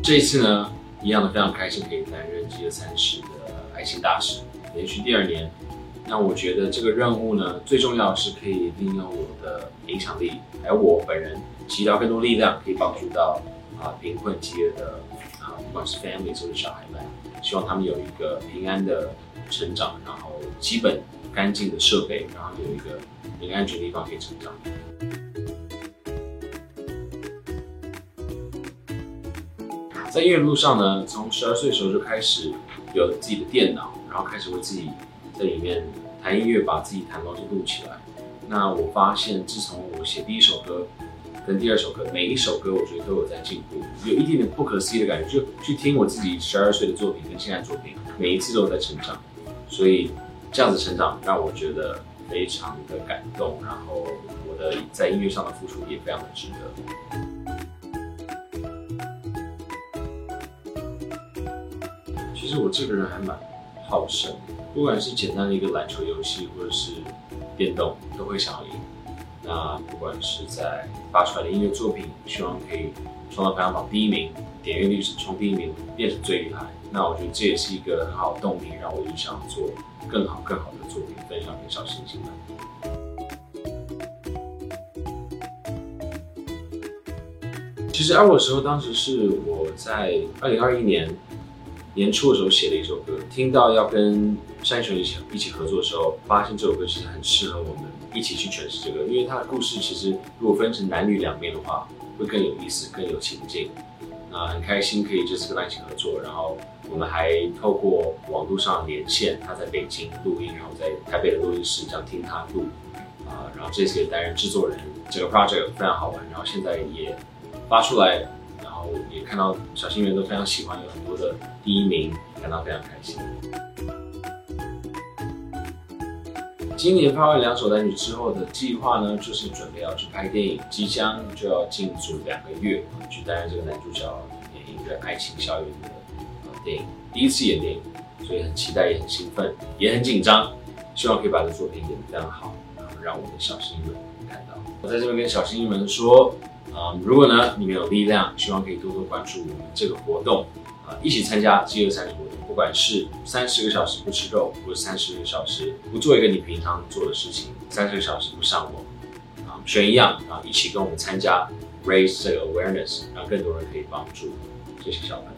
这一次呢，一样的非常开心可以担任饥饿30的爱心大使，连续第2年。那我觉得这个任务呢，最重要的是可以利用我的影响力，还有我本人集到更多力量，可以帮助到贫困饥饿的不管是 family 或是小孩们，希望他们有一个平安的成长，然后基本干净的设备，然后有一个很安全的地方可以成长。在音乐路上呢，从12岁的时候就开始有自己的电脑，然后开始为自己在里面弹音乐，把自己弹的东西录起来。那我发现，自从我写第1首歌跟第2首歌，每一首歌我觉得都有在进步，有一点点不可思议的感觉。就去听我自己12岁的作品跟现在的作品，每一次都有在成长。所以这样子成长让我觉得非常的感动，然后我的在音乐上的付出也非常的值得。其实我这个人还蛮好胜，不管是简单的一个篮球游戏，或者是电动，都会想要赢。那不管是在发出来的音乐作品，希望可以冲到排行榜第1名，点阅率是从第1名变成最厉害。那我觉得这也是一个很好的动力，让我一直想做更好的作品，分享给小星星们。其实我的时候，当时是我在2021年年初的时候写了一首歌，听到要跟山雄一起合作的时候，发现这首歌其实很适合我们一起去诠释这个，因为它的故事其实如果分成男女2面的话，会更有意思，更有情境。那很开心可以这次跟他一起合作，然后我们还透过网络上连线，他在北京录音，然后在台北的录音室这样听他录，然后这次也担任制作人，这个 project 非常好玩，然后现在也发出来，然后也看到小星们都非常喜欢，有很多的第1名，感到非常开心。今年发完2首单曲之后的计划呢，就是准备要去拍电影，即将就要进组2个月，去担任这个男主角演一个爱情校园的电影，第1次演电影，所以很期待，也很兴奋，也很紧张，希望可以把这个作品演得非常好，然后让我们的小星们看到。我在这边跟小星们说，如果呢你们有力量，希望可以多多关注我们这个活动，一起参加饥饿30活动。不管是30个小时不吃肉，或者30个小时不做一个你平常做的事情，30个小时不上网，选一样，然后一起跟我们参加 ，raise 这个 awareness， 让更多人可以帮助这些小朋友。